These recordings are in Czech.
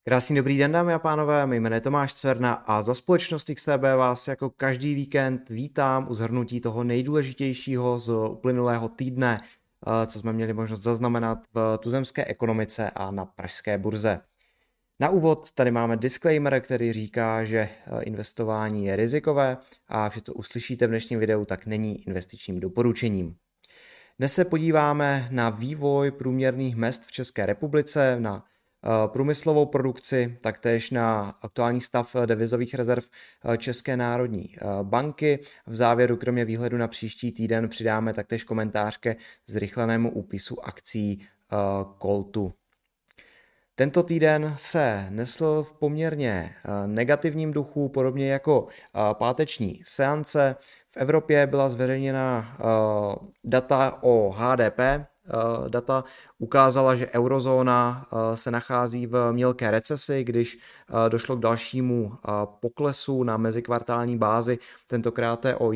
Krásný dobrý den, dámy a pánové, mé jméno je Tomáš Cverna a za společnost XTB vás jako každý víkend vítám u shrnutí toho nejdůležitějšího z uplynulého týdne, co jsme měli možnost zaznamenat v tuzemské ekonomice a na pražské burze. Na úvod tady máme disclaimer, který říká, že investování je rizikové a vše, co uslyšíte v dnešním videu, tak není investičním doporučením. Dnes se podíváme na vývoj průměrných mezd v České republice, na průmyslovou produkci, taktéž na aktuální stav devizových rezerv České národní banky. V závěru, kromě výhledu na příští týden, přidáme taktéž komentář ke zrychlenému úpisu akcí Coltu. Tento týden se nesl v poměrně negativním duchu, podobně jako páteční seance. V Evropě byla zveřejněna data o HDP. Data ukázala, že eurozóna se nachází v mělké recesi, když došlo k dalšímu poklesu na mezikvartální bázi, tentokrát o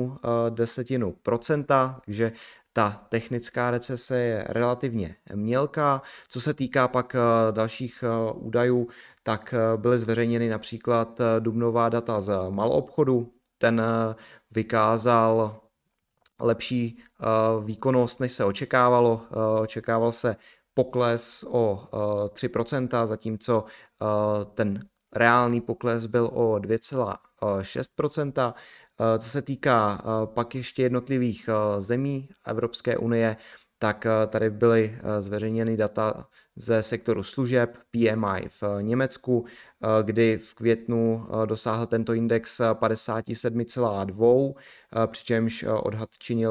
0,1%, takže ta technická recese je relativně mělká. Co se týká pak dalších údajů, tak byly zveřejněny například dubnová data z maloobchodu. Ten vykázal lepší výkonnost, než se očekávalo. Očekával se pokles o 3%, zatímco ten reálný pokles byl o 2,6%. Co se týká pak ještě jednotlivých zemí Evropské unie, tak tady byly zveřejněny data ze sektoru služeb PMI v Německu, kdy v květnu dosáhl tento index 57,2, přičemž odhad činil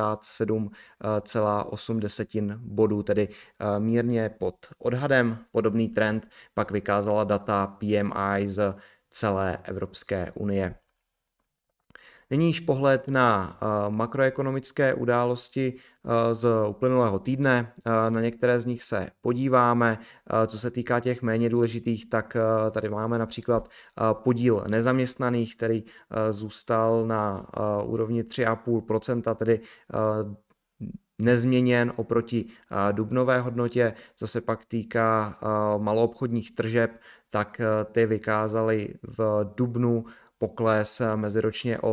57,8 bodů, tedy mírně pod odhadem. Podobný trend pak vykázala data PMI z celé Evropské unie. Nyní již pohled na makroekonomické události z uplynulého týdne. Na některé z nich se podíváme. Co se týká těch méně důležitých, tak tady máme například podíl nezaměstnaných, který zůstal na úrovni 3,5%, tedy nezměněn oproti dubnové hodnotě. Co se pak týká maloobchodních tržeb, tak ty vykázaly v dubnu pokles meziročně o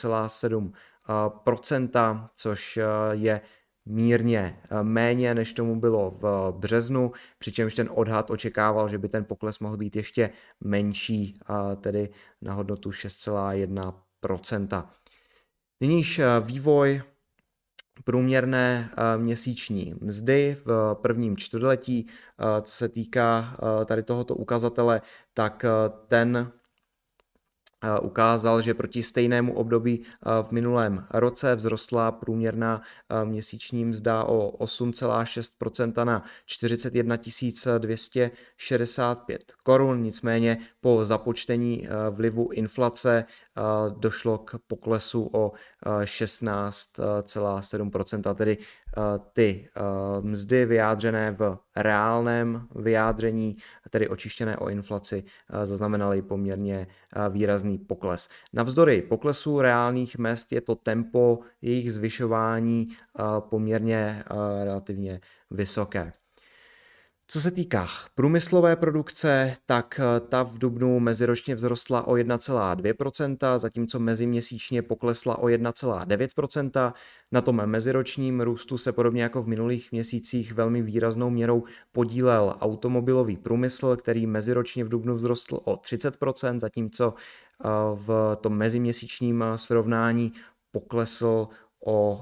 7,7%, což je mírně méně, než tomu bylo v březnu, přičemž ten odhad očekával, že by ten pokles mohl být ještě menší, tedy na hodnotu 6,1%. Nyníž vývoj průměrné měsíční mzdy v prvním čtvrtletí. Co se týká tady tohoto ukazatele, tak ten ukázal, že proti stejnému období v minulém roce vzrostla průměrná měsíční mzda o 8,6% na 41 265 korun. Nicméně po započtení vlivu inflace došlo k poklesu o 16,7%, tedy ty mzdy vyjádřené v reálném vyjádření, tedy očištěné o inflaci, zaznamenaly poměrně výrazný pokles. Navzdory poklesu reálných mezd je to tempo jejich zvyšování poměrně relativně vysoké. Co se týká průmyslové produkce, tak ta v dubnu meziročně vzrostla o 1,2%, zatímco meziměsíčně poklesla o 1,9%. Na tom meziročním růstu se podobně jako v minulých měsících velmi výraznou měrou podílel automobilový průmysl, který meziročně v dubnu vzrostl o 30%, zatímco v tom meziměsíčním srovnání poklesl o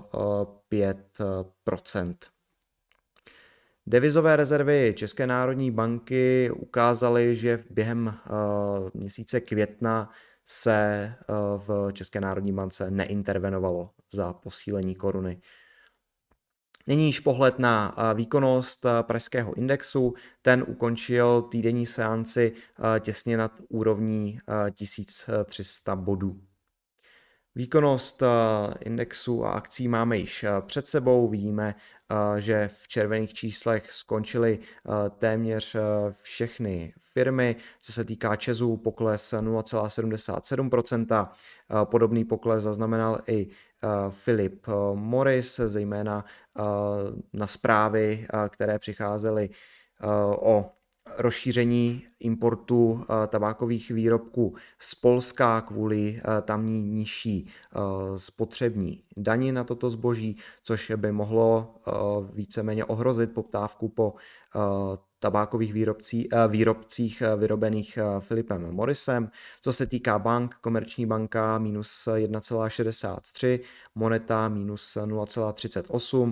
5%. Devizové rezervy České národní banky ukázaly, že během měsíce května se v České národní bance neintervenovalo za posílení koruny. Nyní již pohled na výkonnost pražského indexu. Ten ukončil týdenní seanci těsně nad úrovní 1300 bodů. Výkonnost indexu a akcí máme již před sebou. Vidíme, že v červených číslech skončily téměř všechny firmy. Co se týká ČEZu, pokles 0,77%. Podobný pokles zaznamenal i Philip Morris, zejména na zprávy, které přicházely o rozšíření importu tabákových výrobků z Polska kvůli tamní nižší spotřební dani na toto zboží, což by mohlo víceméně ohrozit poptávku po tabákových výrobcích vyrobených Philipem Morrisem. Co se týká bank, Komerční banka minus 1,63, Moneta minus 0,38,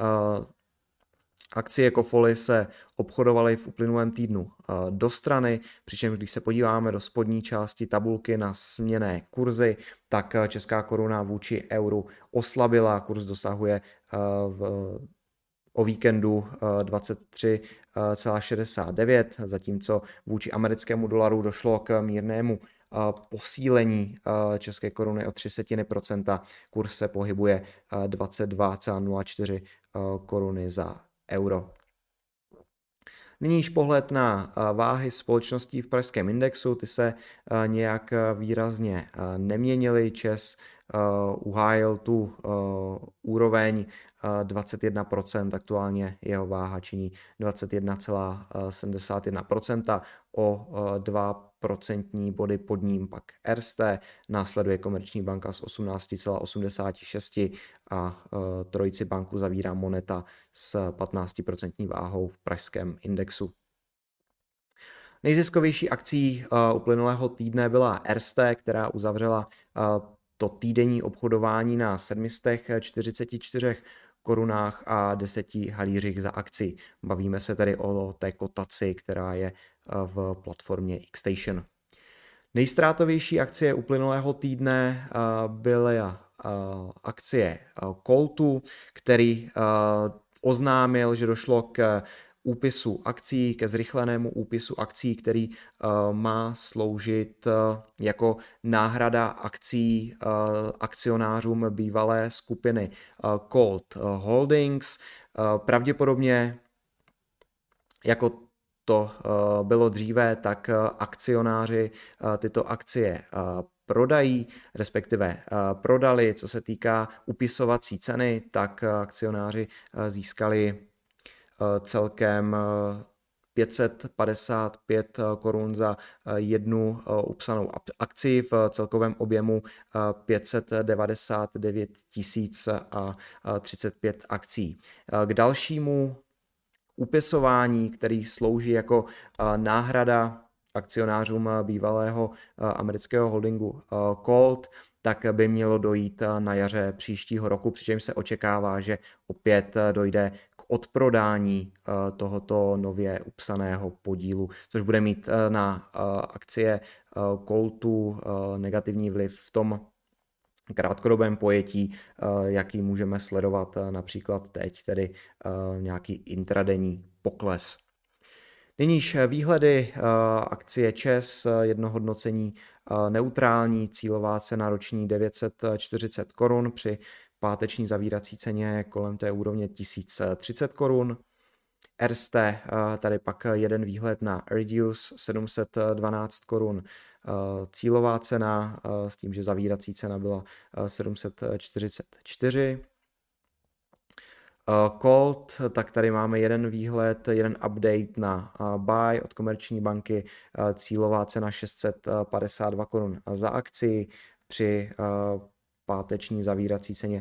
akcie Cofoly se obchodovaly v uplynulém týdnu do strany, přičemž když se podíváme do spodní části tabulky na směnné kurzy, tak česká koruna vůči euru oslabila, kurz dosahuje o víkendu 23,69, zatímco vůči americkému dolaru došlo k mírnému posílení české koruny o 0,3%, kurz se pohybuje 22,04 koruny za euro. Nyní již pohled na váhy společností v pražském indexu, ty se nějak výrazně neměnily. ČEZ uhájil tu úroveň 21%, aktuálně jeho váha činí 21,71%, o 2% body pod ním pak Erste, následuje Komerční banka s 18,86 a trojici banku zavírá Moneta s 15% váhou v pražském indexu. Nejziskovější akcí uplynulého týdne byla Erste, která uzavřela to týdenní obchodování na 744 korunách a 10 halířích za akci. Bavíme se tedy o té kotaci, která je v platformě Xstation. Nejztrátovější akcie uplynulého týdne byly akcie Coltu, který oznámil, že došlo k úpisu akcí, ke zrychlenému úpisu akcí, který má sloužit jako náhrada akcí akcionářům bývalé skupiny Colt Holdings. Pravděpodobně, jako to bylo dříve, tak akcionáři tyto akcie prodají, respektive prodali. Co se týká upisovací ceny, tak akcionáři získali celkem 555 korun za jednu upsanou akci v celkovém objemu 599 035 akcí. K dalšímu upisování, který slouží jako náhrada akcionářům bývalého amerického holdingu Colt, tak by mělo dojít na jaře příštího roku, přičemž se očekává, že opět dojde k odprodání tohoto nově upsaného podílu, což bude mít na akcie Coltu negativní vliv v tom krátkodobém pojetí, jaký můžeme sledovat například teď, tedy nějaký intradenní pokles. Nyníž výhledy akcie ČEZ, jedno hodnocení neutrální, cílová cena roční 940 korun, při páteční zavírací ceně kolem té úrovně 1030 korun. Erste, tady pak jeden výhled na Reduce, 712 korun cílová cena, s tím, že zavírací cena byla 744. Colt, tak tady máme jeden výhled, jeden update na buy od Komerční banky, cílová cena 652 korun za akci, při páteční zavírací ceně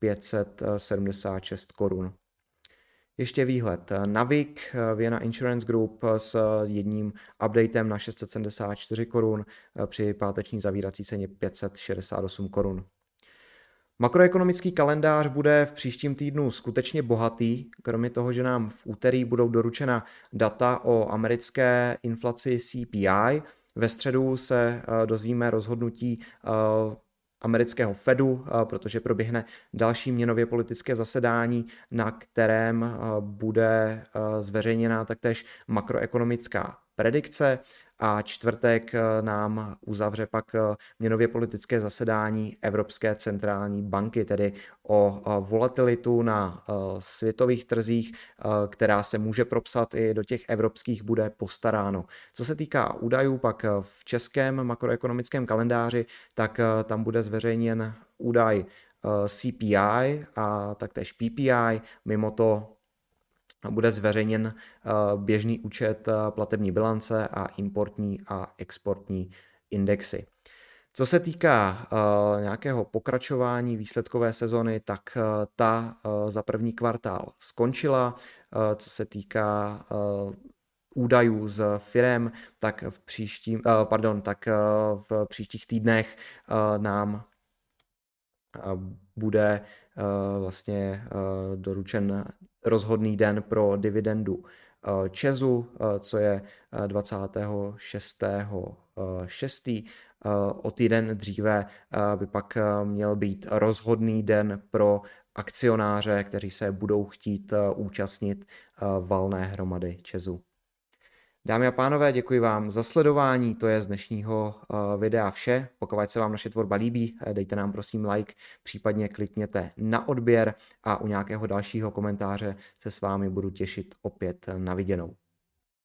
576 korun. Ještě výhled Navik, Vienna Insurance Group s jedním updatem na 674 korun, při páteční zavírací ceně 568 korun. Makroekonomický kalendář bude v příštím týdnu skutečně bohatý, kromě toho, že nám v úterý budou doručena data o americké inflaci CPI. Ve středu se dozvíme rozhodnutí amerického Fedu, protože proběhne další měnově politické zasedání, na kterém bude zveřejněna taktéž makroekonomická predikce, a čtvrtek nám uzavře pak měnově politické zasedání Evropské centrální banky, tedy o volatilitu na světových trzích, která se může propsat i do těch evropských, bude postaráno. Co se týká údajů pak v českém makroekonomickém kalendáři, tak tam bude zveřejněn údaj CPI a taktéž PPI, mimo to bude zveřejněn běžný účet platební bilance a importní a exportní indexy. Co se týká nějakého pokračování výsledkové sezony, tak ta za první kvartál skončila. Co se týká údajů z firem, tak v příštích týdnech nám bude vlastně doručen rozhodný den pro dividendu ČEZu, co je 26.6. O týden dříve by pak měl být rozhodný den pro akcionáře, kteří se budou chtít účastnit valné hromady ČEZu. Dámy a pánové, děkuji vám za sledování, to je z dnešního videa vše. Pokud se vám naše tvorba líbí, dejte nám prosím like, případně klikněte na odběr a u nějakého dalšího komentáře se s vámi budu těšit opět na viděnou.